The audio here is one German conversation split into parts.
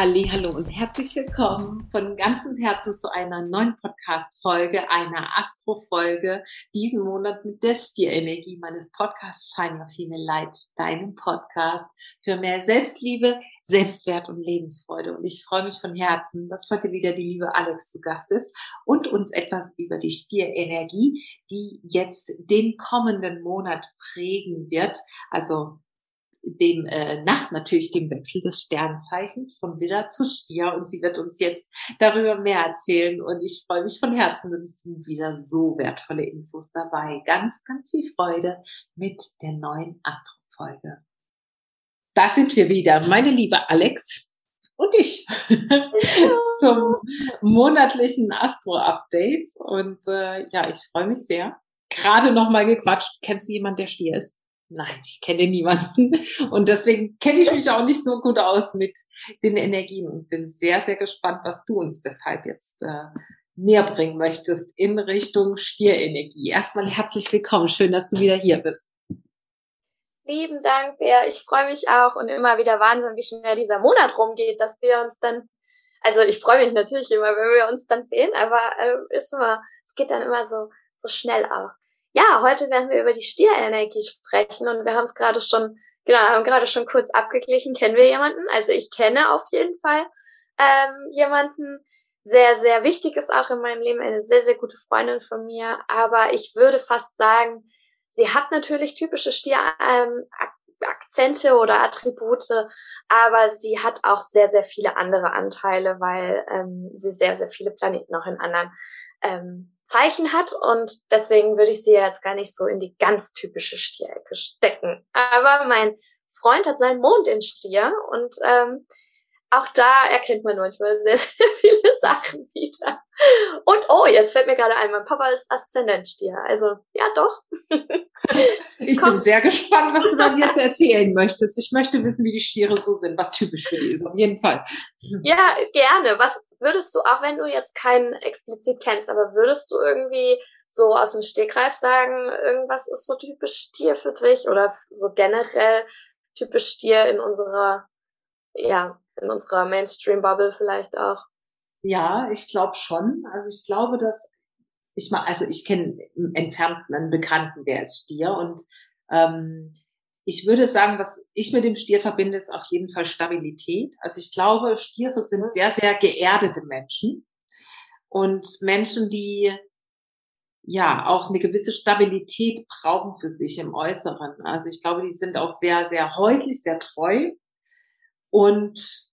Hallihallo und herzlich willkommen von ganzem Herzen zu einer neuen Podcast-Folge, einer Astro-Folge, diesen Monat mit der Stierenergie meines Podcasts Shine Your Female Light, deinem Podcast für mehr Selbstliebe, Selbstwert und Lebensfreude. Und ich freue mich von Herzen, dass heute wieder die liebe Alex zu Gast ist und uns etwas über die Stierenergie, die jetzt den kommenden Monat prägen wird, also natürlich dem Wechsel des Sternzeichens von Widder zu Stier, und sie wird uns jetzt darüber mehr erzählen und ich freue mich von Herzen und es sind wieder so wertvolle Infos dabei. Ganz, ganz viel Freude mit der neuen Astro-Folge. Da sind wir wieder, meine liebe Alex und ich zum monatlichen Astro-Update und ich freue mich sehr. Gerade noch mal gequatscht. Kennst du jemanden, der Stier ist? Nein, ich kenne niemanden und deswegen kenne ich mich auch nicht so gut aus mit den Energien und bin sehr, sehr gespannt, was du uns deshalb jetzt näher bringen möchtest in Richtung Stierenergie. Erstmal herzlich willkommen, schön, dass du wieder hier bist. Lieben Dank, Bea. Ich freue mich auch und immer wieder Wahnsinn, wie schnell dieser Monat rumgeht, dass wir uns dann, also ich freue mich natürlich immer, wenn wir uns dann sehen, aber es geht dann immer so schnell auch. Ja, heute werden wir über die Stierenergie sprechen und wir haben es haben gerade schon kurz abgeglichen. Kennen wir jemanden? Also ich kenne auf jeden Fall jemanden, sehr, sehr wichtig ist auch in meinem Leben, eine sehr, sehr gute Freundin von mir, aber ich würde fast sagen, sie hat natürlich typische Akzente oder Attribute, aber sie hat auch sehr, sehr viele andere Anteile, weil sie sehr, sehr viele Planeten auch in anderen Zeichen hat und deswegen würde ich sie jetzt gar nicht so in die ganz typische Stierecke stecken. Aber mein Freund hat seinen Mond in Stier und auch da erkennt man manchmal sehr, sehr viele Sachen wieder. Und jetzt fällt mir gerade ein, mein Papa ist Aszendentstier. Also, ja doch. Ich bin sehr gespannt, was du dann jetzt erzählen möchtest. Ich möchte wissen, wie die Stiere so sind, was typisch für die ist, auf jeden Fall. Ja, gerne. Was würdest du, auch wenn du jetzt keinen explizit kennst, aber würdest du irgendwie so aus dem Stegreif sagen, irgendwas ist so typisch Stier für dich oder so generell typisch Stier in unserer Mainstream-Bubble vielleicht auch? Ja, ich glaube schon. Also ich glaube, dass ich kenne entfernt einen Bekannten, der ist Stier und ich würde sagen, was ich mit dem Stier verbinde, ist auf jeden Fall Stabilität. Also ich glaube, Stiere sind sehr, sehr geerdete Menschen und Menschen, die ja auch eine gewisse Stabilität brauchen für sich im Äußeren. Also ich glaube, die sind auch sehr, sehr häuslich, sehr treu und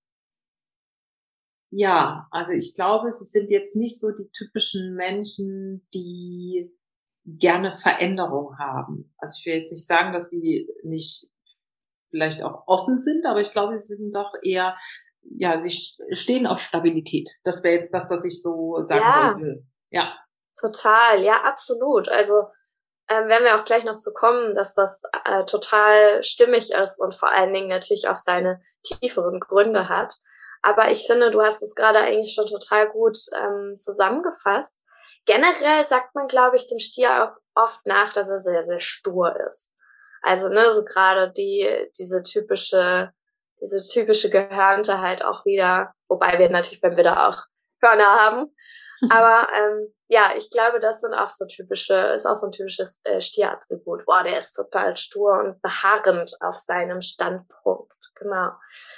ja, also ich glaube, sie sind jetzt nicht so die typischen Menschen, die gerne Veränderung haben. Also ich will jetzt nicht sagen, dass sie nicht vielleicht auch offen sind, aber ich glaube, sie sind doch eher, ja, sie stehen auf Stabilität. Das wäre jetzt das, was ich so sagen wollen will. Ja. Total, ja, absolut. Also werden wir auch gleich noch zu kommen, dass das total stimmig ist und vor allen Dingen natürlich auch seine tieferen Gründe hat. Aber ich finde, du hast es gerade eigentlich schon total gut zusammengefasst. Generell sagt man, glaube ich, dem Stier auch oft nach, dass er sehr, sehr stur ist. Also, ne, so gerade diese typische Gehörnte halt auch wieder, wobei wir natürlich beim Widder auch Hörner haben. Aber ich glaube, das ist auch so ein typisches Stierattribut. Boah, der ist total stur und beharrend auf seinem Standpunkt. Genau.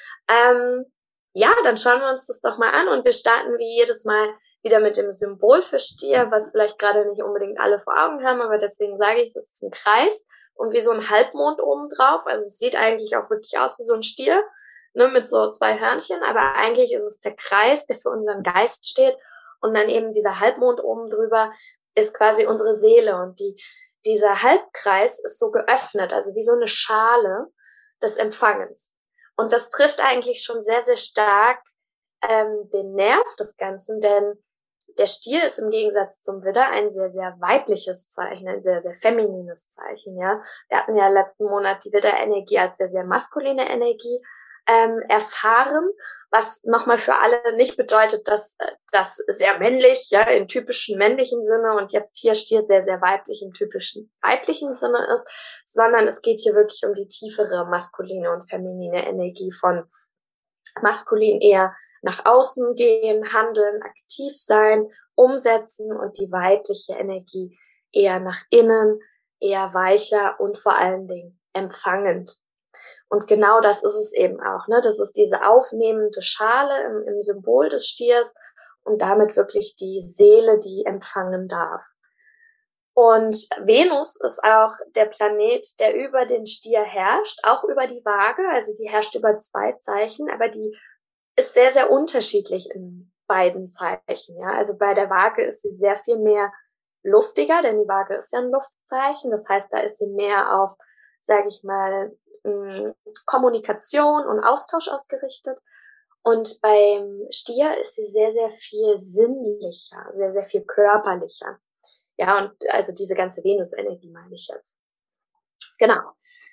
Dann schauen wir uns das doch mal an und wir starten wie jedes Mal wieder mit dem Symbol für Stier, was vielleicht gerade nicht unbedingt alle vor Augen haben, aber deswegen sage ich, es ist ein Kreis und wie so ein Halbmond oben drauf. Also es sieht eigentlich auch wirklich aus wie so ein Stier, ne, mit so 2 Hörnchen, aber eigentlich ist es der Kreis, der für unseren Geist steht und dann eben dieser Halbmond oben drüber ist quasi unsere Seele und dieser Halbkreis ist so geöffnet, also wie so eine Schale des Empfangens. Und das trifft eigentlich schon sehr, sehr stark den Nerv des Ganzen, denn der Stier ist im Gegensatz zum Widder ein sehr, sehr weibliches Zeichen, ein sehr, sehr feminines Zeichen, ja. Wir hatten ja letzten Monat die Widderenergie als sehr, sehr maskuline Energie erfahren, was nochmal für alle nicht bedeutet, dass das sehr männlich, ja, im typischen männlichen Sinne und jetzt hier Stier sehr, sehr weiblich im typischen weiblichen Sinne ist, sondern es geht hier wirklich um die tiefere maskuline und feminine Energie von Maskulin eher nach außen gehen, handeln, aktiv sein, umsetzen und die weibliche Energie eher nach innen, eher weicher und vor allen Dingen empfangend. Und genau das ist es eben auch, ne? Das ist diese aufnehmende Schale im Symbol des Stiers und damit wirklich die Seele, die empfangen darf. Und Venus ist auch der Planet, der über den Stier herrscht, auch über die Waage, also die herrscht über 2 Zeichen, aber die ist sehr, sehr unterschiedlich in beiden Zeichen. Ja? Also bei der Waage ist sie sehr viel mehr luftiger, denn die Waage ist ja ein Luftzeichen. Das heißt, da ist sie mehr auf, sage ich mal, Kommunikation und Austausch ausgerichtet. Und beim Stier ist sie sehr, sehr viel sinnlicher, sehr, sehr viel körperlicher. Ja, und also diese ganze Venus-Energie meine ich jetzt. Genau.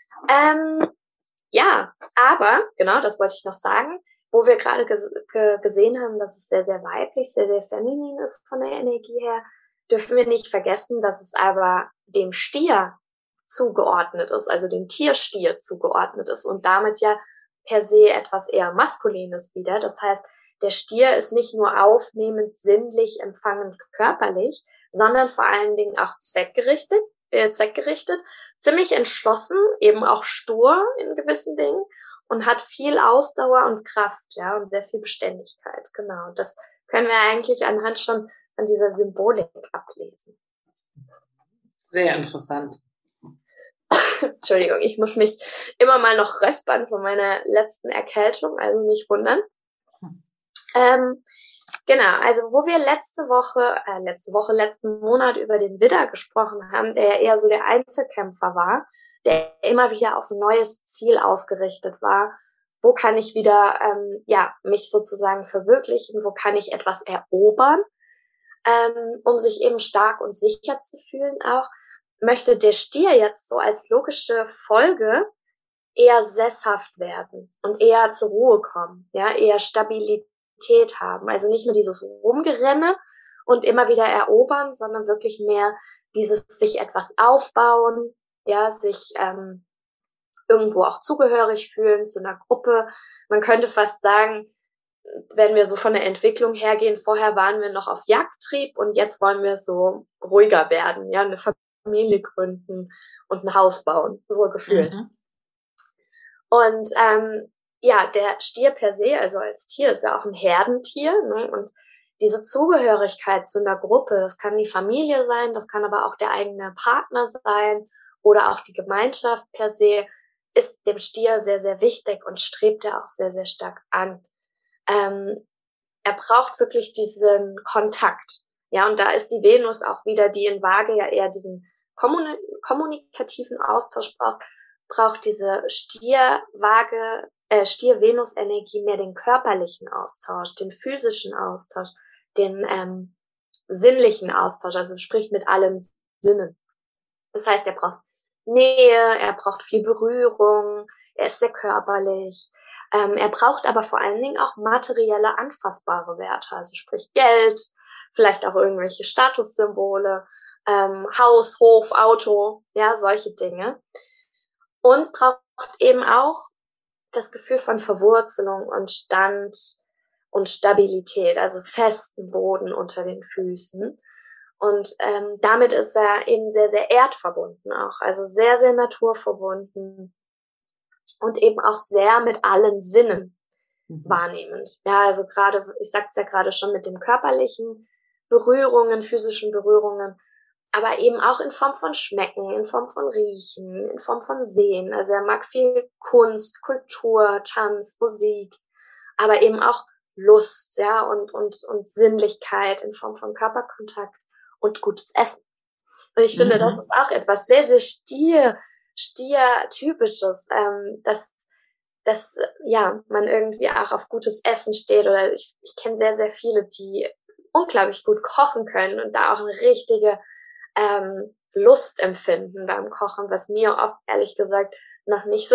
Ja, aber, genau, das wollte ich noch sagen, wo wir gerade gesehen haben, dass es sehr, sehr weiblich, sehr, sehr feminin ist von der Energie her, dürfen wir nicht vergessen, dass es aber dem Stier zugeordnet ist, also dem Tierstier zugeordnet ist und damit ja per se etwas eher Maskulines wieder. Das heißt, der Stier ist nicht nur aufnehmend, sinnlich, empfangend, körperlich, sondern vor allen Dingen auch zweckgerichtet, ziemlich entschlossen, eben auch stur in gewissen Dingen und hat viel Ausdauer und Kraft, ja, und sehr viel Beständigkeit. Genau. Das können wir eigentlich anhand schon von dieser Symbolik ablesen. Sehr interessant. Entschuldigung, ich muss mich immer mal noch räuspern von meiner letzten Erkältung, also nicht wundern. Genau, also wo wir letzten Monat über den Widder gesprochen haben, der ja eher so der Einzelkämpfer war, der immer wieder auf ein neues Ziel ausgerichtet war. Wo kann ich wieder mich sozusagen verwirklichen? Wo kann ich etwas erobern, um sich eben stark und sicher zu fühlen auch? Möchte der Stier jetzt so als logische Folge eher sesshaft werden und eher zur Ruhe kommen, ja, eher Stabilität haben. Also nicht mehr dieses Rumgerenne und immer wieder erobern, sondern wirklich mehr dieses sich etwas aufbauen, ja, sich irgendwo auch zugehörig fühlen zu einer Gruppe. Man könnte fast sagen, wenn wir so von der Entwicklung hergehen, vorher waren wir noch auf Jagdtrieb und jetzt wollen wir so ruhiger werden, ja, eine Familie gründen und ein Haus bauen, so gefühlt. Mhm. Und der Stier per se, also als Tier, ist ja auch ein Herdentier, ne? Und diese Zugehörigkeit zu einer Gruppe, das kann die Familie sein, das kann aber auch der eigene Partner sein oder auch die Gemeinschaft per se, ist dem Stier sehr, sehr wichtig und strebt er auch sehr, sehr stark an. Er braucht wirklich diesen Kontakt. Ja, und da ist die Venus auch wieder, die in Waage ja eher diesen kommunikativen Austausch braucht diese Stier-Venus-Energie mehr den körperlichen Austausch, den physischen Austausch, den sinnlichen Austausch, also sprich mit allen Sinnen. Das heißt, er braucht Nähe, er braucht viel Berührung, er ist sehr körperlich. Er braucht aber vor allen Dingen auch materielle, anfassbare Werte, also sprich Geld, vielleicht auch irgendwelche Statussymbole, Haus, Hof, Auto, ja, solche Dinge. Und braucht eben auch das Gefühl von Verwurzelung und Stand und Stabilität, also festen Boden unter den Füßen. Und damit ist er eben sehr, sehr erdverbunden auch, also sehr, sehr naturverbunden und eben auch sehr mit allen Sinnen wahrnehmend. Ja, also gerade, ich sag's ja gerade schon, mit den körperlichen Berührungen, physischen Berührungen, aber eben auch in Form von Schmecken, in Form von Riechen, in Form von Sehen. Also er mag viel Kunst, Kultur, Tanz, Musik, aber eben auch Lust, ja, und Sinnlichkeit in Form von Körperkontakt und gutes Essen. Und ich finde, das ist auch etwas sehr, sehr Stier-typisches, dass man irgendwie auch auf gutes Essen steht. Oder ich kenne sehr, sehr viele, die unglaublich gut kochen können und da auch eine richtige Lust empfinden beim Kochen, was mir oft ehrlich gesagt noch nicht so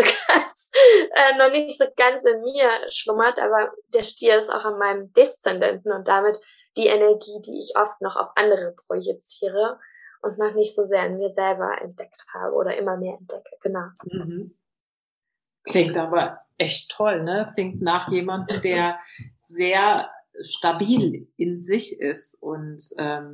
ganz in mir schlummert, aber der Stier ist auch an meinem Deszendenten und damit die Energie, die ich oft noch auf andere projiziere und noch nicht so sehr in mir selber entdeckt habe oder immer mehr entdecke, genau. Klingt aber echt toll, ne? Klingt nach jemandem, der sehr stabil in sich ist und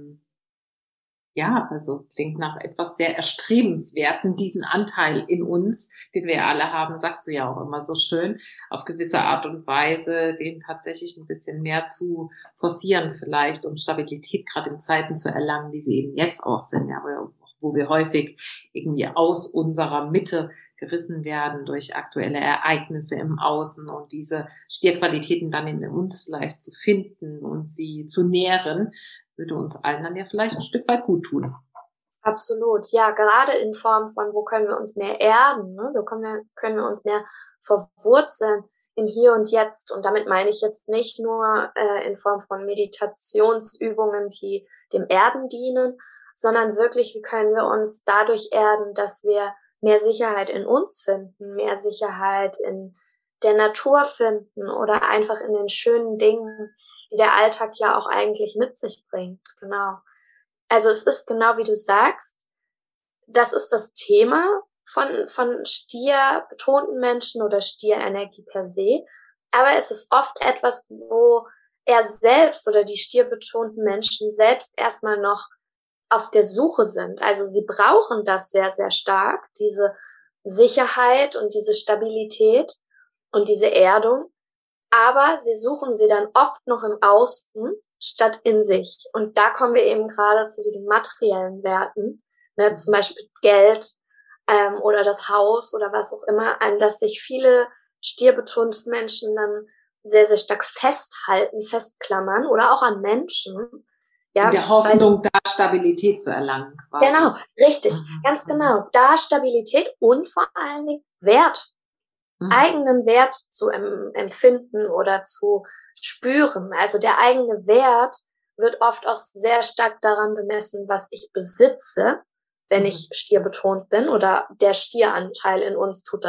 ja, also klingt nach etwas sehr Erstrebenswerten, diesen Anteil in uns, den wir alle haben, sagst du ja auch immer so schön, auf gewisse Art und Weise, den tatsächlich ein bisschen mehr zu forcieren vielleicht, um Stabilität gerade in Zeiten zu erlangen, wie sie eben jetzt auch sind, ja, wo wir häufig irgendwie aus unserer Mitte gerissen werden durch aktuelle Ereignisse im Außen und diese Stierqualitäten dann in uns vielleicht zu finden und sie zu nähren, würde uns allen dann ja vielleicht ein Stück weit gut tun. Absolut, ja, gerade in Form von, wo können wir uns mehr erden, ne? Wo können wir uns mehr verwurzeln im Hier und Jetzt. Und damit meine ich jetzt nicht nur in Form von Meditationsübungen, die dem Erden dienen, sondern wirklich, wie können wir uns dadurch erden, dass wir mehr Sicherheit in uns finden, mehr Sicherheit in der Natur finden oder einfach in den schönen Dingen, die der Alltag ja auch eigentlich mit sich bringt. Genau. Also es ist genau wie du sagst, das ist das Thema von Stier betonten Menschen oder Stierenergie per se. Aber es ist oft etwas, wo er selbst oder die stierbetonten Menschen selbst erstmal noch auf der Suche sind. Also sie brauchen das sehr, sehr stark, diese Sicherheit und diese Stabilität und diese Erdung. Aber sie suchen sie dann oft noch im Außen statt in sich. Und da kommen wir eben gerade zu diesen materiellen Werten, ne, zum Beispiel Geld oder das Haus oder was auch immer, an das sich viele stierbetonte Menschen dann sehr, sehr stark festhalten, festklammern oder auch an Menschen. Ja, in der Hoffnung, da Stabilität zu erlangen, quasi. Genau, richtig, ganz genau. Da Stabilität und vor allen Dingen Wert, eigenen Wert zu empfinden oder zu spüren. Also der eigene Wert wird oft auch sehr stark daran bemessen, was ich besitze, wenn ich stierbetont bin, oder der Stieranteil in uns tut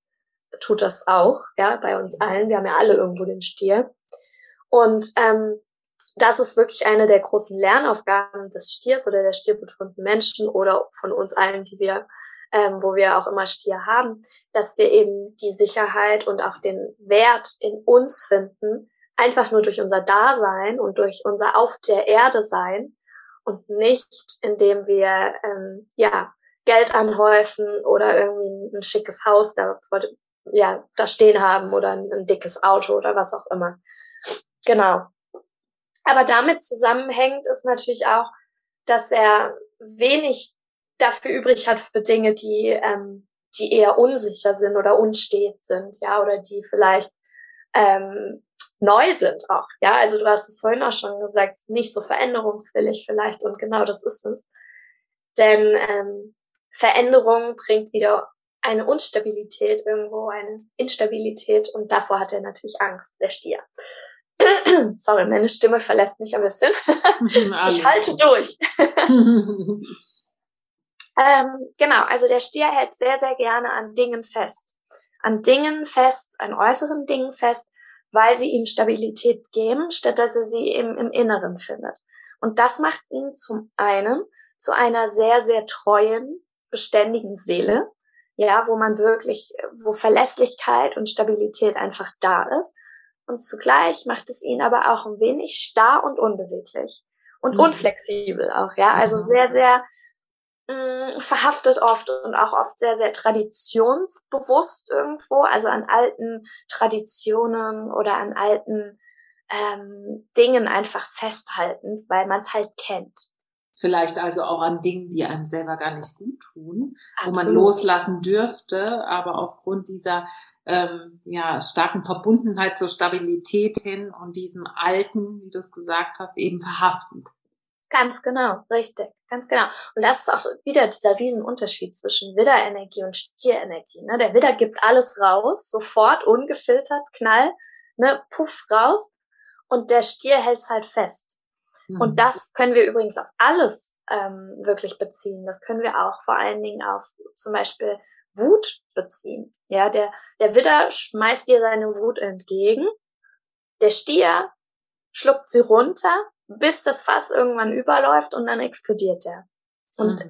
das auch, ja, bei uns allen. Wir haben ja alle irgendwo den Stier. Und das ist wirklich eine der großen Lernaufgaben des Stiers oder der stierbetonten Menschen oder von uns allen, die wir wo wir auch immer Stier haben, dass wir eben die Sicherheit und auch den Wert in uns finden, einfach nur durch unser Dasein und durch unser Auf der Erde sein und nicht, indem wir Geld anhäufen oder irgendwie ein schickes Haus da stehen haben oder ein dickes Auto oder was auch immer. Genau. Aber damit zusammenhängt ist natürlich auch, dass er wenig dafür übrig hat für Dinge, die eher unsicher sind oder unstet sind, ja, oder die vielleicht neu sind auch, ja. Also du hast es vorhin auch schon gesagt, nicht so veränderungswillig vielleicht, und genau das ist es. Denn Veränderung bringt wieder eine Unstabilität irgendwo, eine Instabilität, und davor hat er natürlich Angst, der Stier. Sorry, meine Stimme verlässt mich ein bisschen. Ich halte durch. Genau, also der Stier hält sehr, sehr gerne an Dingen fest. An äußeren Dingen fest, weil sie ihm Stabilität geben, statt dass er sie im Inneren findet. Und das macht ihn zum einen zu einer sehr, sehr treuen, beständigen Seele, ja, wo Verlässlichkeit und Stabilität einfach da ist. Und zugleich macht es ihn aber auch ein wenig starr und unbeweglich und unflexibel auch, ja, also sehr, sehr verhaftet oft und auch oft sehr, sehr traditionsbewusst irgendwo, also an alten Traditionen oder an alten Dingen einfach festhalten, weil man es halt kennt. Vielleicht also auch an Dingen, die einem selber gar nicht gut tun, Absolut. Wo man loslassen dürfte, aber aufgrund dieser starken Verbundenheit zur Stabilität hin und diesem Alten, wie du es gesagt hast, eben verhaftend. Ganz genau, richtig, ganz genau. Und das ist auch wieder dieser Riesenunterschied zwischen Widderenergie und Stierenergie. Ne? Der Widder gibt alles raus, sofort, ungefiltert, Knall, ne, puff, raus. Und der Stier hält's halt fest. Und das können wir übrigens auf alles wirklich beziehen. Das können wir auch vor allen Dingen auf zum Beispiel Wut beziehen. Ja, der Widder schmeißt dir seine Wut entgegen. Der Stier schluckt sie runter, bis das Fass irgendwann überläuft, und dann explodiert er. Und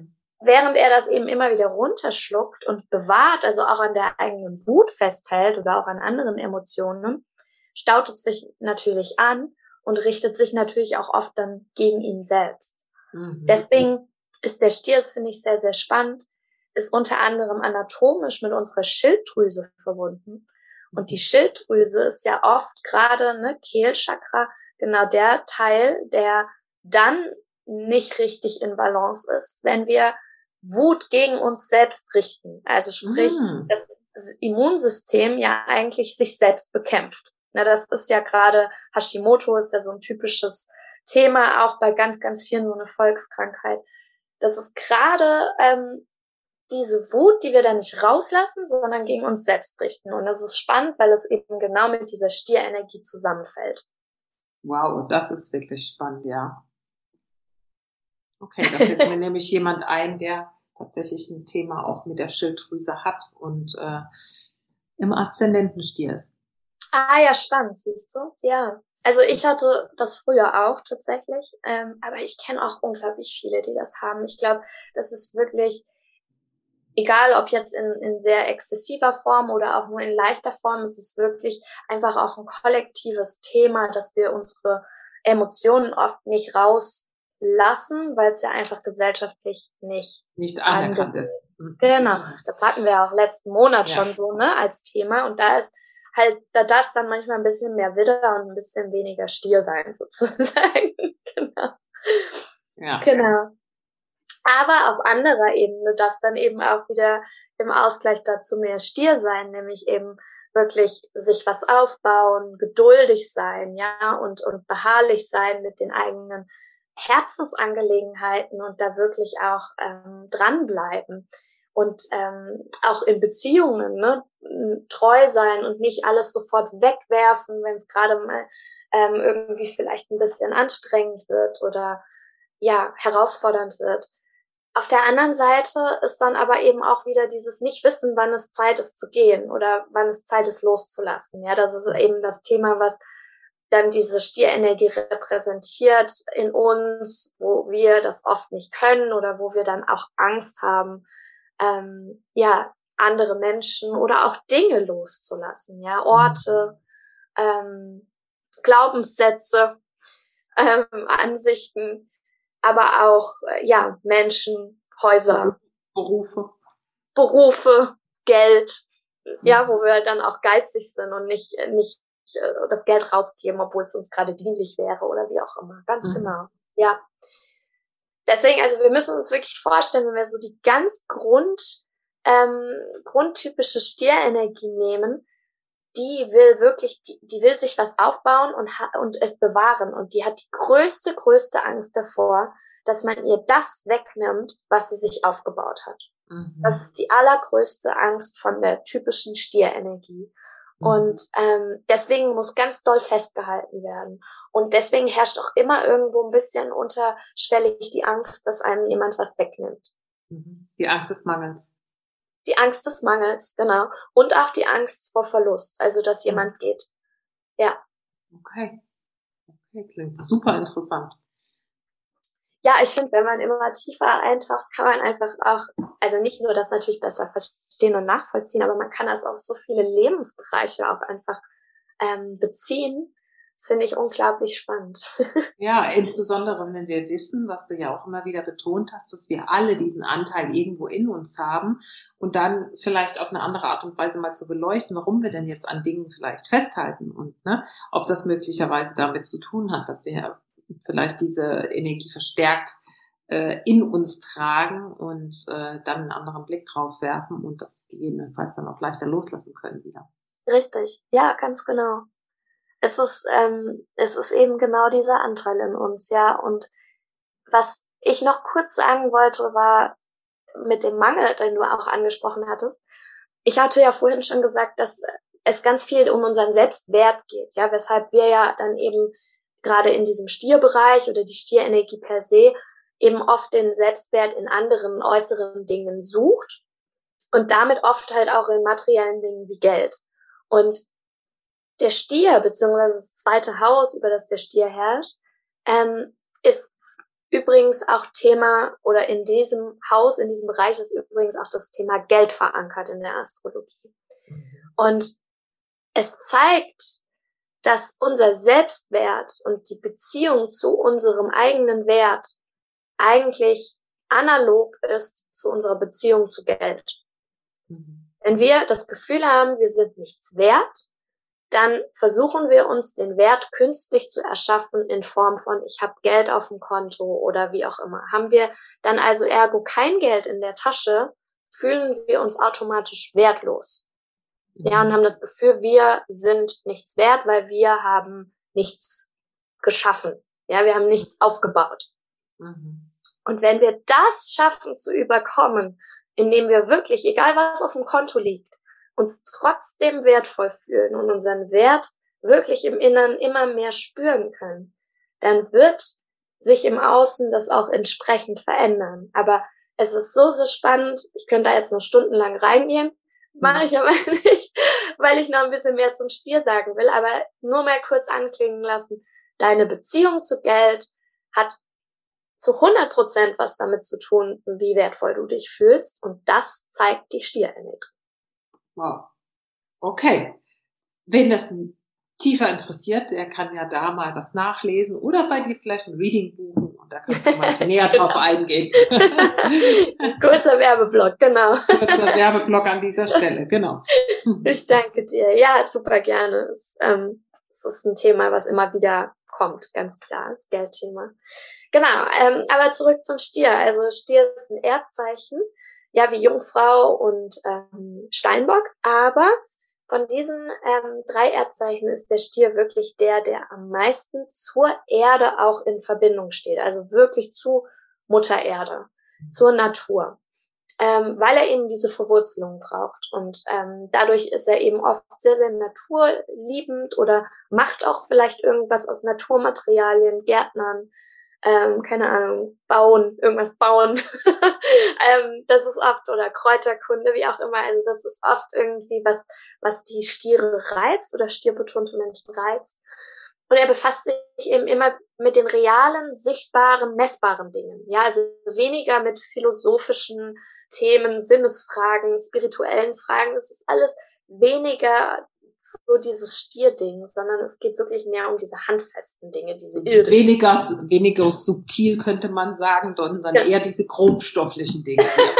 während er das eben immer wieder runterschluckt und bewahrt, also auch an der eigenen Wut festhält oder auch an anderen Emotionen, staut es sich natürlich an und richtet sich natürlich auch oft dann gegen ihn selbst. Deswegen ist der Stier, das finde ich sehr, sehr spannend, ist unter anderem anatomisch mit unserer Schilddrüse verbunden. Und die Schilddrüse ist ja oft gerade, ne, Kehlchakra, genau der Teil, der dann nicht richtig in Balance ist, wenn wir Wut gegen uns selbst richten. Also sprich, das Immunsystem ja eigentlich sich selbst bekämpft. Na, das ist ja gerade, Hashimoto ist ja so ein typisches Thema, auch bei ganz, ganz vielen, so eine Volkskrankheit. Das ist gerade diese Wut, die wir da nicht rauslassen, sondern gegen uns selbst richten. Und das ist spannend, weil es eben genau mit dieser Stierenergie zusammenfällt. Wow, das ist wirklich spannend, ja. Okay, da fällt mir nämlich jemand ein, der tatsächlich ein Thema auch mit der Schilddrüse hat und im Aszendenten-Stier ist. Ah ja, spannend, siehst du? Ja. Also ich hatte das früher auch tatsächlich, aber ich kenne auch unglaublich viele, die das haben. Ich glaube, das ist wirklich, egal ob jetzt in sehr exzessiver Form oder auch nur in leichter Form, es ist wirklich einfach auch ein kollektives Thema, dass wir unsere Emotionen oft nicht rauslassen, weil es ja einfach gesellschaftlich nicht anerkannt ist. Genau, das hatten wir auch letzten Monat schon so, ne, als Thema. Und da ist halt, da darf es dann manchmal ein bisschen mehr Widder und ein bisschen weniger Stier sein, sozusagen. Genau. Ja. Genau. Aber auf anderer Ebene darf es dann eben auch wieder im Ausgleich dazu mehr Stier sein, nämlich eben wirklich sich was aufbauen, geduldig sein, ja, und beharrlich sein mit den eigenen Herzensangelegenheiten und da wirklich auch dranbleiben. Und auch in Beziehungen, ne, treu sein und nicht alles sofort wegwerfen, wenn es gerade mal irgendwie vielleicht ein bisschen anstrengend wird oder ja, herausfordernd wird. Auf der anderen Seite ist dann aber eben auch wieder dieses Nicht-Wissen, wann es Zeit ist zu gehen oder wann es Zeit ist loszulassen. Ja, das ist eben das Thema, was dann diese Stierenergie repräsentiert in uns, wo wir das oft nicht können oder wo wir dann auch Angst haben, ja, andere Menschen oder auch Dinge loszulassen, ja, Orte, Glaubenssätze, Ansichten, aber auch, ja, Menschen, Häuser, Berufe, Geld, ja, wo wir dann auch geizig sind und nicht das Geld rausgeben, obwohl es uns gerade dienlich wäre oder wie auch immer. Ganz genau, ja. Deswegen, also wir müssen uns wirklich vorstellen, wenn wir so die ganz grundtypische Stierenergie nehmen, die will wirklich, die will sich was aufbauen und es bewahren. Und die hat die größte Angst davor, dass man ihr das wegnimmt, was sie sich aufgebaut hat. Das ist die allergrößte Angst von der typischen Stierenergie. Und deswegen muss ganz doll festgehalten werden. Und deswegen herrscht auch immer irgendwo ein bisschen unterschwellig die Angst, dass einem jemand was wegnimmt. Die Angst des Mangels. Die Angst des Mangels, genau. Und auch die Angst vor Verlust, also dass jemand geht. Ja. Okay, klingt super interessant. Ja, ich finde, wenn man immer tiefer eintaucht, kann man einfach auch, also nicht nur das natürlich besser verstehen und nachvollziehen, aber man kann das auf so viele Lebensbereiche auch einfach beziehen. Das finde ich unglaublich spannend. Ja, insbesondere wenn wir wissen, was du ja auch immer wieder betont hast, dass wir alle diesen Anteil irgendwo in uns haben und dann vielleicht auf eine andere Art und Weise mal zu beleuchten, warum wir denn jetzt an Dingen vielleicht festhalten und ne, ob das möglicherweise damit zu tun hat, dass wir vielleicht diese Energie verstärkt in uns tragen und dann einen anderen Blick drauf werfen und das gegebenenfalls dann auch leichter loslassen können wieder. Richtig, ja, ganz genau. Es ist eben genau dieser Anteil in uns, ja. Und was ich noch kurz sagen wollte, war mit dem Mangel, den du auch angesprochen hattest. Ich hatte ja vorhin schon gesagt, dass es ganz viel um unseren Selbstwert geht, ja, weshalb wir ja dann eben gerade in diesem Stierbereich oder die Stierenergie per se eben oft den Selbstwert in anderen äußeren Dingen sucht und damit oft halt auch in materiellen Dingen wie Geld. Und der Stier, beziehungsweise das zweite Haus, über das der Stier herrscht, ist übrigens auch Thema, oder in diesem Haus, in diesem Bereich ist übrigens auch das Thema Geld verankert in der Astrologie. Und es zeigt, dass unser Selbstwert und die Beziehung zu unserem eigenen Wert eigentlich analog ist zu unserer Beziehung zu Geld. Wenn wir das Gefühl haben, wir sind nichts wert, dann versuchen wir uns den Wert künstlich zu erschaffen in Form von, ich habe Geld auf dem Konto oder wie auch immer. Haben wir dann also ergo kein Geld in der Tasche, fühlen wir uns automatisch wertlos. Ja, und haben das Gefühl, wir sind nichts wert, weil wir haben nichts geschaffen. Ja, wir haben nichts aufgebaut. Und wenn wir das schaffen zu überkommen, indem wir wirklich, egal was auf dem Konto liegt, uns trotzdem wertvoll fühlen und unseren Wert wirklich im Inneren immer mehr spüren können, dann wird sich im Außen das auch entsprechend verändern. Aber es ist so, so spannend. Ich könnte da jetzt noch stundenlang reingehen, mache ich aber nicht, weil ich noch ein bisschen mehr zum Stier sagen will, aber nur mal kurz anklingen lassen. Deine Beziehung zu Geld hat zu 100% was damit zu tun, wie wertvoll du dich fühlst, und das zeigt die Stierenergie. Wow. Okay. Wen das tiefer interessiert, der kann ja da mal was nachlesen oder bei dir vielleicht ein Reading buchen und da kannst du mal näher drauf eingehen. Kurzer Werbeblock, genau. Kurzer Werbeblock an dieser Stelle, genau. Ich danke dir. Ja, super gerne. Es ist ein Thema, was immer wieder kommt, ganz klar, das Geldthema. Genau, aber zurück zum Stier. Also Stier ist ein Erdzeichen, ja, wie Jungfrau und Steinbock, aber von diesen 3 Erdzeichen ist der Stier wirklich der am meisten zur Erde auch in Verbindung steht, also wirklich zu Mutter Erde, zur Natur, weil er eben diese Verwurzelung braucht, und dadurch ist er eben oft sehr, sehr naturliebend oder macht auch vielleicht irgendwas aus Naturmaterialien, Gärtnern, keine Ahnung, irgendwas bauen. Das ist oft, oder Kräuterkunde, wie auch immer. Also das ist oft irgendwie was die Stiere reizt oder stierbetonte Menschen reizt. Und er befasst sich eben immer mit den realen, sichtbaren, messbaren Dingen. Ja, also weniger mit philosophischen Themen, Sinnesfragen, spirituellen Fragen. Es ist alles weniger so dieses Stierding, sondern es geht wirklich mehr um diese handfesten Dinge, diese irdischen. Weniger subtil könnte man sagen, sondern eher diese grobstofflichen Dinge.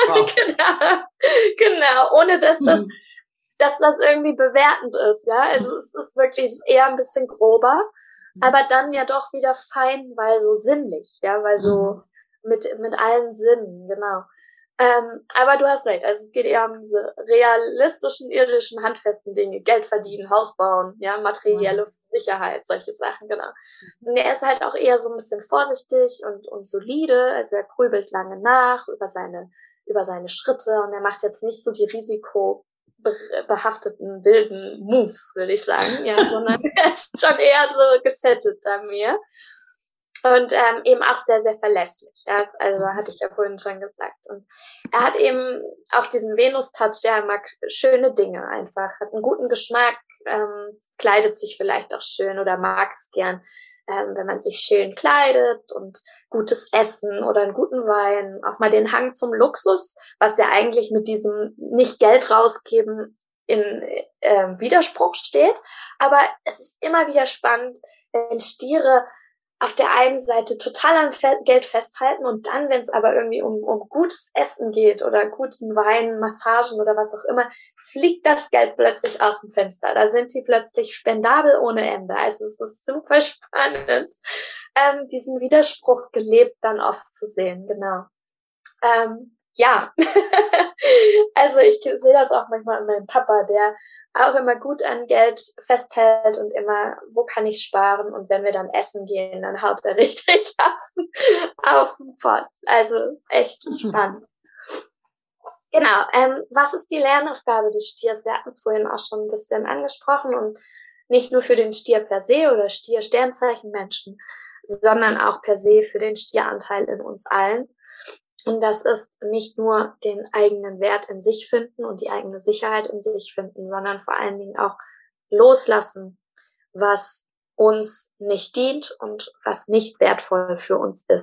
Genau, ohne dass das irgendwie bewertend ist, ja. Also es ist wirklich eher ein bisschen grober, aber dann ja doch wieder fein, weil so sinnlich, ja, weil so mit allen Sinnen, genau. Aber du hast recht, also es geht eher um diese realistischen, irdischen, handfesten Dinge, Geld verdienen, Haus bauen, ja, materielle Sicherheit, solche Sachen, genau. Und er ist halt auch eher so ein bisschen vorsichtig und solide, also er grübelt lange nach über seine Schritte, und er macht jetzt nicht so die risikobehafteten, wilden Moves, würde ich sagen, ja, sondern er ist schon eher so gesettet an mir. Und eben auch sehr, sehr verlässlich. Ja? Also hatte ich ja vorhin schon gesagt. Und er hat eben auch diesen Venus-Touch, ja, er mag schöne Dinge einfach, hat einen guten Geschmack, kleidet sich vielleicht auch schön oder mag es gern, wenn man sich schön kleidet, und gutes Essen oder einen guten Wein, auch mal den Hang zum Luxus, was ja eigentlich mit diesem nicht Geld rausgeben in Widerspruch steht. Aber es ist immer wieder spannend, wenn Stiere auf der einen Seite total an Geld festhalten, und dann, wenn es aber irgendwie um gutes Essen geht oder guten Wein, Massagen oder was auch immer, fliegt das Geld plötzlich aus dem Fenster. Da sind sie plötzlich spendabel ohne Ende. Also es ist super spannend, diesen Widerspruch gelebt dann oft zu sehen, genau. Ja, also ich sehe das auch manchmal an meinem Papa, der auch immer gut an Geld festhält und immer, wo kann ich sparen? Und wenn wir dann essen gehen, dann haut er richtig auf den Pott. Also echt spannend. Genau, was ist die Lernaufgabe des Stiers? Wir hatten es vorhin auch schon ein bisschen angesprochen, und nicht nur für den Stier per se oder Stier-Sternzeichen-Menschen, sondern auch per se für den Stieranteil in uns allen. Und das ist nicht nur den eigenen Wert in sich finden und die eigene Sicherheit in sich finden, sondern vor allen Dingen auch loslassen, was uns nicht dient und was nicht wertvoll für uns ist.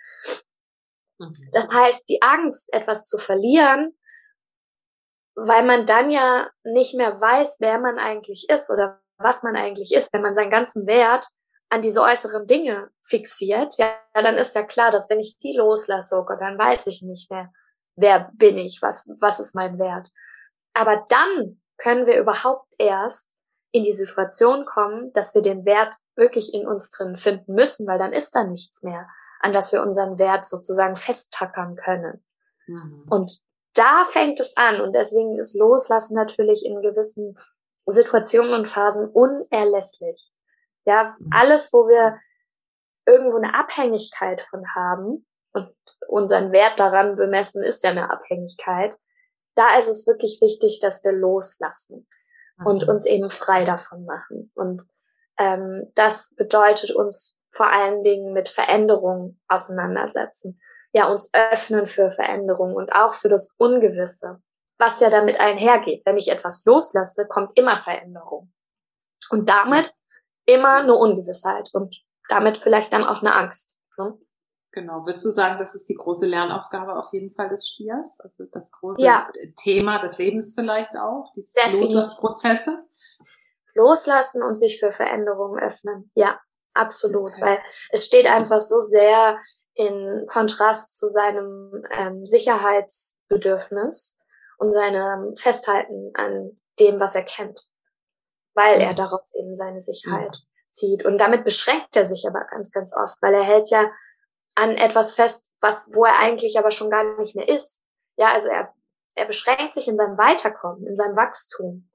Das heißt, die Angst, etwas zu verlieren, weil man dann ja nicht mehr weiß, wer man eigentlich ist oder was man eigentlich ist, wenn man seinen ganzen Wert an diese äußeren Dinge fixiert, ja, dann ist ja klar, dass wenn ich die loslasse, oh Gott, dann weiß ich nicht mehr, wer bin ich, was ist mein Wert. Aber dann können wir überhaupt erst in die Situation kommen, dass wir den Wert wirklich in uns drin finden müssen, weil dann ist da nichts mehr, an das wir unseren Wert sozusagen festtackern können. Und da fängt es an und deswegen ist Loslassen natürlich in gewissen Situationen und Phasen unerlässlich. Ja, alles, wo wir irgendwo eine Abhängigkeit von haben und unseren Wert daran bemessen, ist ja eine Abhängigkeit. Da ist es wirklich wichtig, dass wir loslassen und uns eben frei davon machen. Und das bedeutet uns vor allen Dingen mit Veränderungen auseinandersetzen. Ja, uns öffnen für Veränderungen und auch für das Ungewisse, was ja damit einhergeht. Wenn ich etwas loslasse, kommt immer Veränderung. Und damit immer eine Ungewissheit und damit vielleicht dann auch eine Angst. Ne? Genau. Würdest du sagen, das ist die große Lernaufgabe auf jeden Fall des Stiers? Also das große Thema des Lebens vielleicht auch? Die Loslassprozesse? Loslassen und sich für Veränderungen öffnen. Ja, absolut. Okay. Weil es steht einfach so sehr in Kontrast zu seinem Sicherheitsbedürfnis und seinem Festhalten an dem, was er kennt. Weil er daraus eben seine Sicherheit zieht. Und damit beschränkt er sich aber ganz, ganz oft, weil er hält ja an etwas fest, wo er eigentlich aber schon gar nicht mehr ist. Ja, also er beschränkt sich in seinem Weiterkommen, in seinem Wachstum.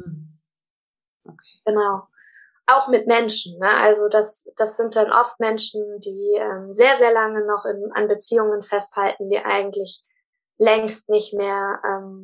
Okay. Genau. Auch mit Menschen, ne? Also das sind dann oft Menschen, die sehr, sehr lange noch an Beziehungen festhalten, die eigentlich längst nicht mehr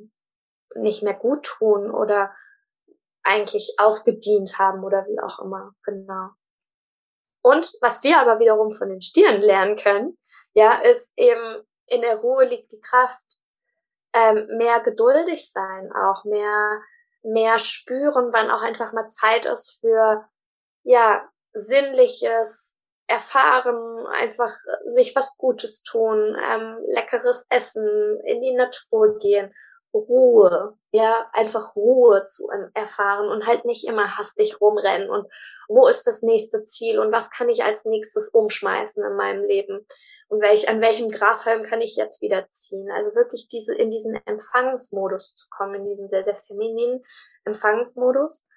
gut tun oder eigentlich ausgedient haben oder wie auch immer. Genau. Und was wir aber wiederum von den Stieren lernen können, ja, ist eben, in der Ruhe liegt die Kraft. Mehr geduldig sein, auch mehr spüren, wann auch einfach mal Zeit ist für, ja, Sinnliches, Erfahren, einfach sich was Gutes tun, leckeres Essen, in die Natur gehen, Ruhe, ja, einfach Ruhe zu erfahren und halt nicht immer hastig rumrennen und wo ist das nächste Ziel und was kann ich als nächstes umschmeißen in meinem Leben und an welchem Grashalm kann ich jetzt wieder ziehen. Also wirklich in diesen Empfangsmodus zu kommen, in diesen sehr, sehr femininen Empfangsmodus.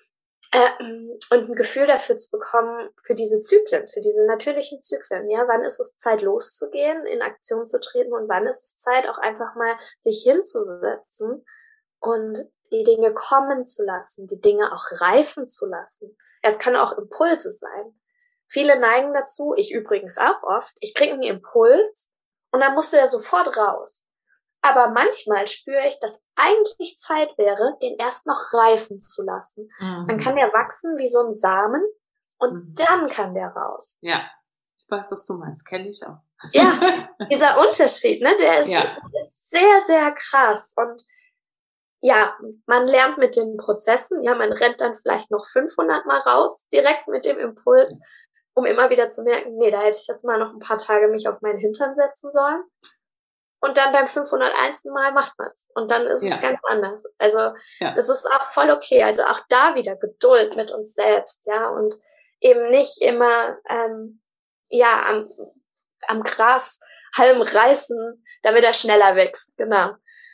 Und ein Gefühl dafür zu bekommen, für diese Zyklen, für diese natürlichen Zyklen, ja, wann ist es Zeit loszugehen, in Aktion zu treten und wann ist es Zeit auch einfach mal sich hinzusetzen und die Dinge kommen zu lassen, die Dinge auch reifen zu lassen. Es kann auch Impulse sein. Viele neigen dazu, ich übrigens auch oft, ich kriege einen Impuls und dann muss der sofort raus. Aber manchmal spüre ich, dass eigentlich Zeit wäre, den erst noch reifen zu lassen. Dann kann der wachsen wie so ein Samen und dann kann der raus. Ja, ich weiß, was du meinst, kenne ich auch. Ja, dieser Unterschied, ne, der ist sehr, sehr krass. Und ja, man lernt mit den Prozessen, ja, man rennt dann vielleicht noch 500 Mal raus, direkt mit dem Impuls, um immer wieder zu merken, nee, da hätte ich jetzt mal noch ein paar Tage mich auf meinen Hintern setzen sollen. Und dann beim 501. Mal macht man's. Und dann ist es ganz anders. Also das ist auch voll okay. Also auch da wieder Geduld mit uns selbst, ja. Und eben nicht immer am Grashalm reißen, damit er schneller wächst. Genau.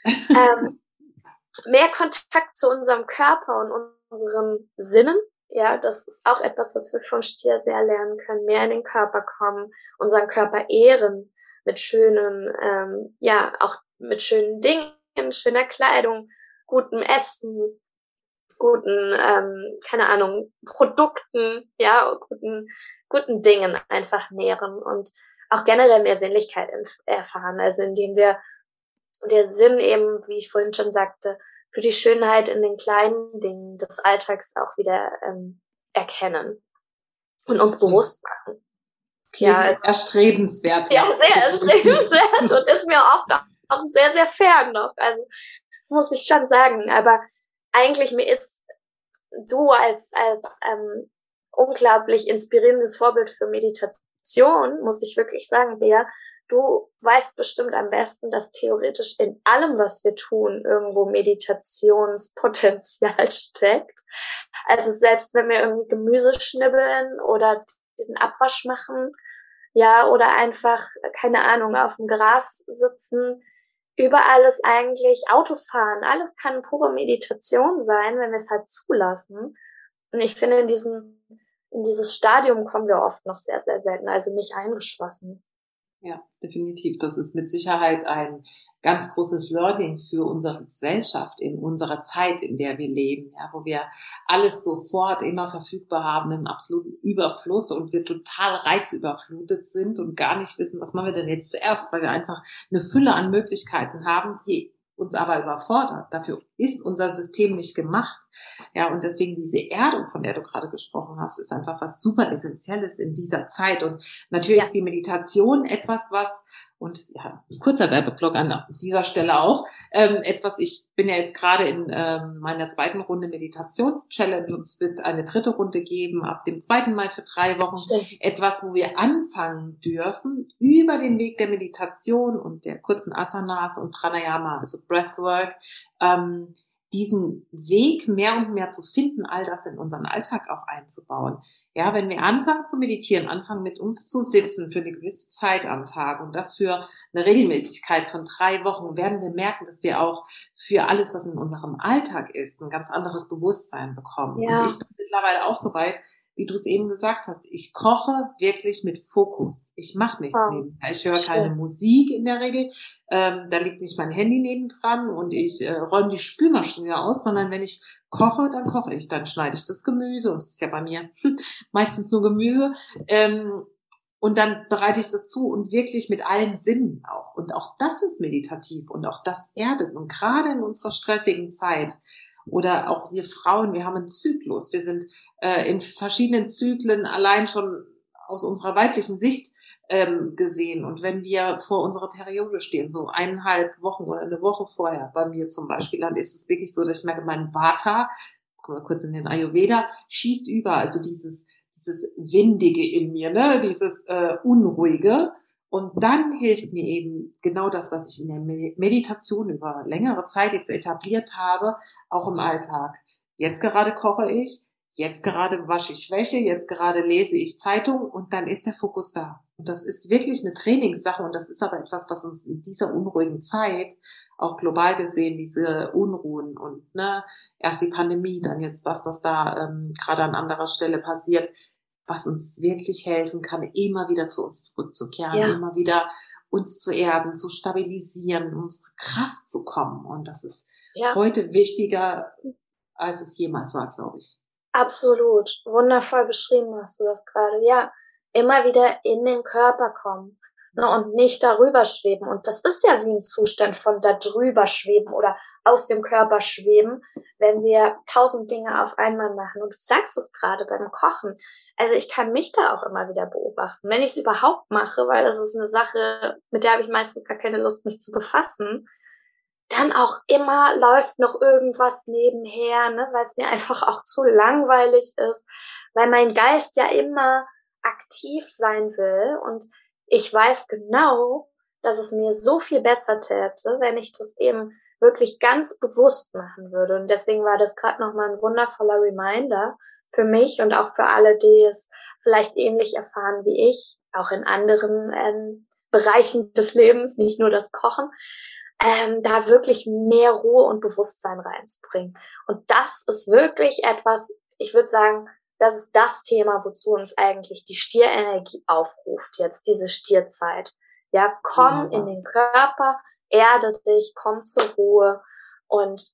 Mehr Kontakt zu unserem Körper und unseren Sinnen. Ja, das ist auch etwas, was wir vom Stier sehr lernen können. Mehr in den Körper kommen, unseren Körper ehren. Mit schönen, auch mit schönen Dingen, schöner Kleidung, gutem Essen, guten, Produkten, ja, guten Dingen einfach nähren und auch generell mehr Sinnlichkeit erfahren. Also indem wir der Sinn eben, wie ich vorhin schon sagte, für die Schönheit in den kleinen Dingen des Alltags auch wieder erkennen und uns bewusst machen. Erstrebenswert. Ja, sehr erstrebenswert und ist mir auch sehr, sehr fern noch. Also, das muss ich schon sagen. Aber eigentlich mir ist du als unglaublich inspirierendes Vorbild für Meditation Meditation, muss ich wirklich sagen, Bea, du weißt bestimmt am besten, dass theoretisch in allem, was wir tun, irgendwo Meditationspotenzial steckt. Also selbst wenn wir irgendwie Gemüse schnibbeln oder den Abwasch machen, ja, oder einfach, keine Ahnung, auf dem Gras sitzen, überall ist eigentlich Autofahren. Alles kann pure Meditation sein, wenn wir es halt zulassen. Und ich finde, in dieses Stadium kommen wir oft noch sehr, sehr selten, also mich eingeschlossen. Ja, definitiv. Das ist mit Sicherheit ein ganz großes Learning für unsere Gesellschaft in unserer Zeit, in der wir leben, ja, wo wir alles sofort immer verfügbar haben im absoluten Überfluss und wir total reizüberflutet sind und gar nicht wissen, was machen wir denn jetzt zuerst, weil wir einfach eine Fülle an Möglichkeiten haben, die uns aber überfordert. Dafür ist unser System nicht gemacht. Ja, und deswegen diese Erdung, von der du gerade gesprochen hast, ist einfach was super Essentielles in dieser Zeit. Und natürlich ist die Meditation etwas, was, und ja, ein kurzer Werbeblock an dieser Stelle auch, etwas, ich bin ja jetzt gerade in meiner zweiten Runde Meditations-Challenge und es wird eine dritte Runde geben ab dem 2. Mai für 3 Wochen. Etwas, wo wir anfangen dürfen, über den Weg der Meditation und der kurzen Asanas und Pranayama, also Breathwork, diesen Weg mehr und mehr zu finden, all das in unseren Alltag auch einzubauen. Ja, wenn wir anfangen zu meditieren, anfangen mit uns zu sitzen für eine gewisse Zeit am Tag und das für eine Regelmäßigkeit von 3 Wochen, werden wir merken, dass wir auch für alles, was in unserem Alltag ist, ein ganz anderes Bewusstsein bekommen. Ja. Und ich bin mittlerweile auch so weit, wie du es eben gesagt hast, ich koche wirklich mit Fokus. Ich mache nichts nebenbei. Ich höre keine Musik in der Regel. Da liegt nicht mein Handy nebendran und ich räume die Spülmaschine aus, sondern wenn ich koche, dann koche ich. Dann schneide ich das Gemüse. Und es ist ja bei mir meistens nur Gemüse. Und dann bereite ich das zu und wirklich mit allen Sinnen auch. Und auch das ist meditativ und auch das erdet. Und gerade in unserer stressigen Zeit oder auch wir Frauen, wir haben einen Zyklus. Wir sind in verschiedenen Zyklen allein schon aus unserer weiblichen Sicht gesehen. Und wenn wir vor unserer Periode stehen, so 1,5 Wochen oder eine Woche vorher, bei mir zum Beispiel, dann ist es wirklich so, dass ich merke, mein Vata, kommen wir kurz in den Ayurveda, schießt über. Also dieses Windige in mir, ne, dieses Unruhige. Und dann hilft mir eben genau das, was ich in der Meditation über längere Zeit jetzt etabliert habe, auch im Alltag. Jetzt gerade koche ich, jetzt gerade wasche ich Wäsche, jetzt gerade lese ich Zeitung und dann ist der Fokus da. Und das ist wirklich eine Trainingssache und das ist aber etwas, was uns in dieser unruhigen Zeit, auch global gesehen, diese Unruhen und erst die Pandemie, dann jetzt das, was da gerade an anderer Stelle passiert, was uns wirklich helfen kann, immer wieder zu uns zurückzukehren, immer wieder uns zu erden, zu stabilisieren, unsere Kraft zu kommen. Und das ist heute wichtiger, als es jemals war, glaube ich. Absolut. Wundervoll beschrieben hast du das gerade. Ja, immer wieder in den Körper kommen, ne, und nicht darüber schweben. Und das ist ja wie ein Zustand von da drüber schweben oder aus dem Körper schweben, wenn wir 1000 Dinge auf einmal machen. Und du sagst es gerade beim Kochen. Also ich kann mich da auch immer wieder beobachten, wenn ich es überhaupt mache, weil das ist eine Sache, mit der habe ich meistens gar keine Lust, mich zu befassen. Dann auch immer läuft noch irgendwas nebenher, ne, weil es mir einfach auch zu langweilig ist, weil mein Geist ja immer aktiv sein will und ich weiß genau, dass es mir so viel besser täte, wenn ich das eben wirklich ganz bewusst machen würde. Und deswegen war das gerade nochmal ein wundervoller Reminder für mich und auch für alle, die es vielleicht ähnlich erfahren wie ich, auch in anderen Bereichen des Lebens, nicht nur das Kochen, da wirklich mehr Ruhe und Bewusstsein reinzubringen. Und das ist wirklich etwas, ich würde sagen, das ist das Thema, wozu uns eigentlich die Stierenergie aufruft, jetzt diese Stierzeit. Ja, komm in den Körper, erde dich, komm zur Ruhe und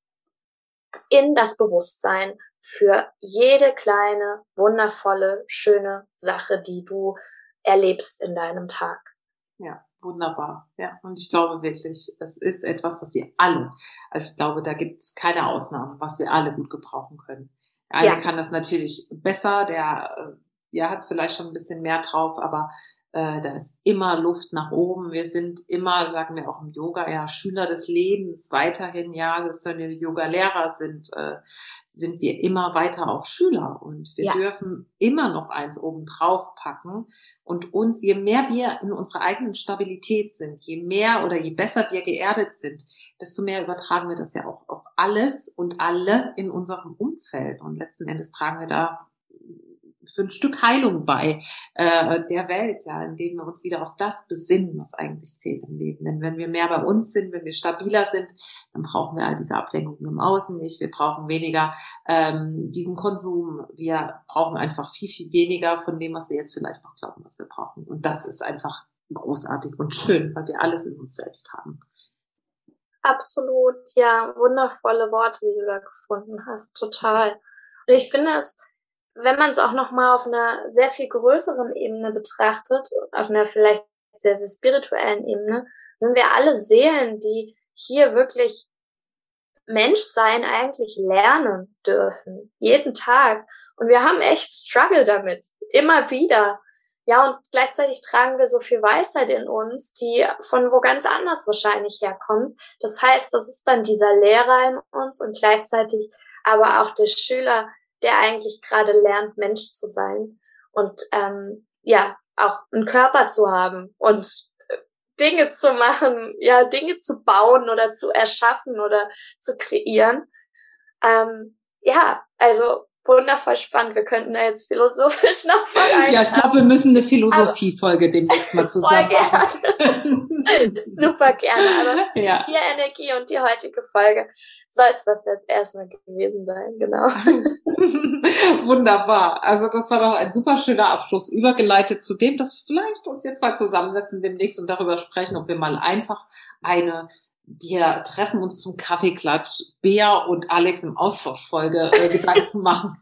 in das Bewusstsein für jede kleine, wundervolle, schöne Sache, die du erlebst in deinem Tag. Ja, wunderbar. Ja, und ich glaube wirklich, es ist etwas, was wir alle, also ich glaube, da gibt es keine Ausnahmen, was wir alle gut gebrauchen können. Der eine kann das natürlich besser, der hat es vielleicht schon ein bisschen mehr drauf, aber Da ist immer Luft nach oben. Wir sind immer, sagen wir auch im Yoga, ja, Schüler des Lebens. Weiterhin, ja, selbst wenn wir Yoga-Lehrer sind wir immer weiter auch Schüler. Und wir dürfen immer noch eins oben drauf packen. Und uns, je mehr wir in unserer eigenen Stabilität sind, je mehr oder je besser wir geerdet sind, desto mehr übertragen wir das ja auch auf alles und alle in unserem Umfeld. Und letzten Endes tragen wir da für ein Stück Heilung bei der Welt, ja, indem wir uns wieder auf das besinnen, was eigentlich zählt im Leben. Denn wenn wir mehr bei uns sind, wenn wir stabiler sind, dann brauchen wir all diese Ablenkungen im Außen nicht. Wir brauchen weniger diesen Konsum. Wir brauchen einfach viel, viel weniger von dem, was wir jetzt vielleicht noch glauben, was wir brauchen. Und das ist einfach großartig und schön, weil wir alles in uns selbst haben. Absolut, ja, wundervolle Worte, die du da gefunden hast, total. Und ich finde es, wenn man es auch nochmal auf einer sehr viel größeren Ebene betrachtet, auf einer vielleicht sehr, sehr spirituellen Ebene, sind wir alle Seelen, die hier wirklich Menschsein eigentlich lernen dürfen. Jeden Tag. Und wir haben echt Struggle damit. Immer wieder. Ja, und gleichzeitig tragen wir so viel Weisheit in uns, die von wo ganz anders wahrscheinlich herkommt. Das heißt, das ist dann dieser Lehrer in uns und gleichzeitig aber auch der Schüler, der eigentlich gerade lernt, Mensch zu sein und ja, auch einen Körper zu haben und Dinge zu machen, ja, Dinge zu bauen oder zu erschaffen oder zu kreieren. Ja, also wundervoll spannend. Wir könnten da jetzt philosophisch noch voll ein. Ja, ich glaube, wir müssen eine Philosophie-Folge demnächst mal zusammen machen. Super gerne, aber ja. Die Energie und die heutige Folge soll es das jetzt erstmal gewesen sein, genau. Wunderbar. Also das war doch ein super schöner Abschluss, übergeleitet zu dem, dass wir vielleicht uns jetzt mal zusammensetzen demnächst und darüber sprechen, ob wir mal einfach wir treffen uns zum Kaffeeklatsch, Bea und Alex im Austauschfolge Gedanken machen.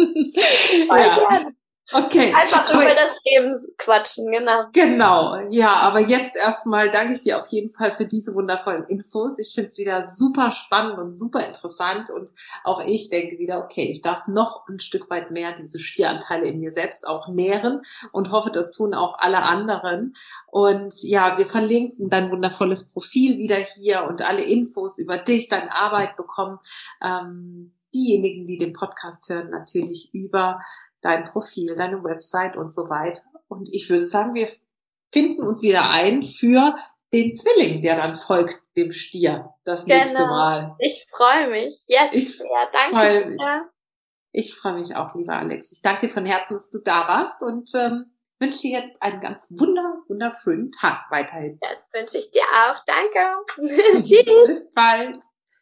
Ja. Okay. Einfach über das Leben quatschen, genau. Genau, ja, aber jetzt erstmal danke ich dir auf jeden Fall für diese wundervollen Infos. Ich finde es wieder super spannend und super interessant und auch ich denke wieder, okay, ich darf noch ein Stück weit mehr diese Stieranteile in mir selbst auch nähren und hoffe, das tun auch alle anderen. Und ja, wir verlinken dein wundervolles Profil wieder hier und alle Infos über dich, deine Arbeit bekommen diejenigen, die den Podcast hören, natürlich über dein Profil, deine Website und so weiter. Und ich würde sagen, wir finden uns wieder ein für den Zwilling, der dann folgt dem Stier das nächste Mal. Ich freue mich. Yes, ja, danke. Ich freue mich auch, lieber Alex. Ich danke dir von Herzen, dass du da warst und wünsche dir jetzt einen ganz wunderschönen Tag weiterhin. Das wünsche ich dir auch. Danke. Tschüss. Bis bald.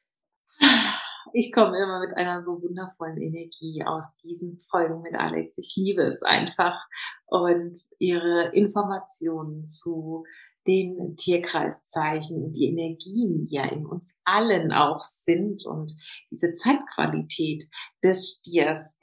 Ich komme immer mit einer so wundervollen Energie aus diesen Folgen mit Alex. Ich liebe es einfach. Und ihre Informationen zu den Tierkreiszeichen und die Energien, die ja in uns allen auch sind und diese Zeitqualität des Stiers,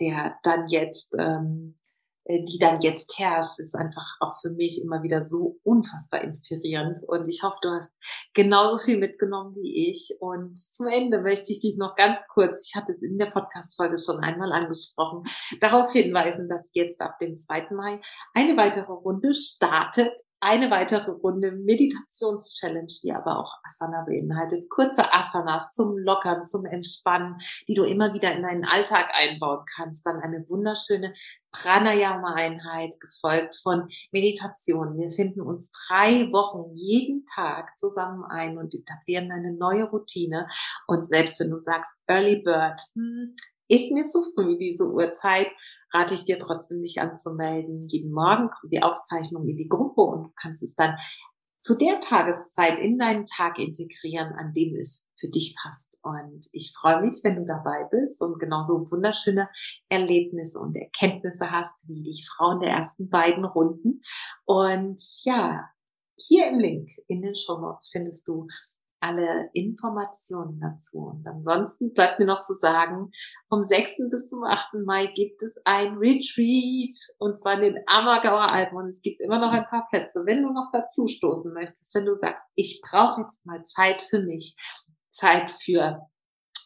die dann jetzt herrscht, ist einfach auch für mich immer wieder so unfassbar inspirierend. Und ich hoffe, du hast genauso viel mitgenommen wie ich. Und zum Ende möchte ich dich noch ganz kurz, ich hatte es in der Podcast-Folge schon einmal angesprochen, darauf hinweisen, dass jetzt ab dem 2. Mai eine weitere Runde startet. Eine weitere Runde Meditations-Challenge, die aber auch Asana beinhaltet. Kurze Asanas zum Lockern, zum Entspannen, die du immer wieder in deinen Alltag einbauen kannst. Dann eine wunderschöne Pranayama-Einheit, gefolgt von Meditation. Wir finden uns 3 Wochen jeden Tag zusammen ein und etablieren eine neue Routine. Und selbst wenn du sagst, Early Bird, ist mir zu früh, diese Uhrzeit, rate ich dir trotzdem, dich anzumelden. Jeden Morgen kommt die Aufzeichnung in die Gruppe und du kannst es dann zu der Tageszeit in deinen Tag integrieren, an dem es für dich passt. Und ich freue mich, wenn du dabei bist und genauso wunderschöne Erlebnisse und Erkenntnisse hast, wie die Frauen der ersten beiden Runden. Und ja, hier im Link in den Shownotes findest du alle Informationen dazu. Und ansonsten bleibt mir noch zu sagen, vom 6. bis zum 8. Mai gibt es ein Retreat, und zwar in den Ammergauer Alpen, und es gibt immer noch ein paar Plätze. Wenn du noch dazu stoßen möchtest, wenn du sagst, ich brauche jetzt mal Zeit für mich, Zeit für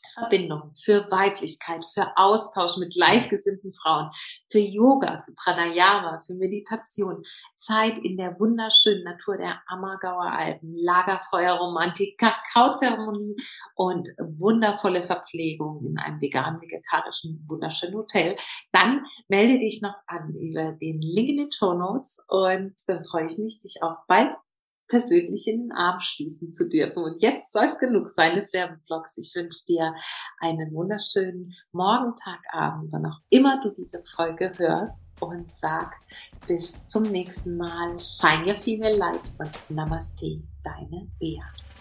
Verbindung, für Weiblichkeit, für Austausch mit gleichgesinnten Frauen, für Yoga, für Pranayama, für Meditation, Zeit in der wunderschönen Natur der Ammergauer Alpen, Lagerfeuerromantik, Kakaozeremonie und wundervolle Verpflegung in einem vegan-vegetarischen, wunderschönen Hotel, dann melde dich noch an über den Link in den Shownotes und dann freue ich mich, dich auch bald persönlich in den Arm schließen zu dürfen. Und jetzt soll es genug sein des Werbeblogs. Ich wünsche dir einen wunderschönen Morgen, Tag, Abend, wann auch immer du diese Folge hörst und sag bis zum nächsten Mal. Shine your female light und Namaste, deine Bea.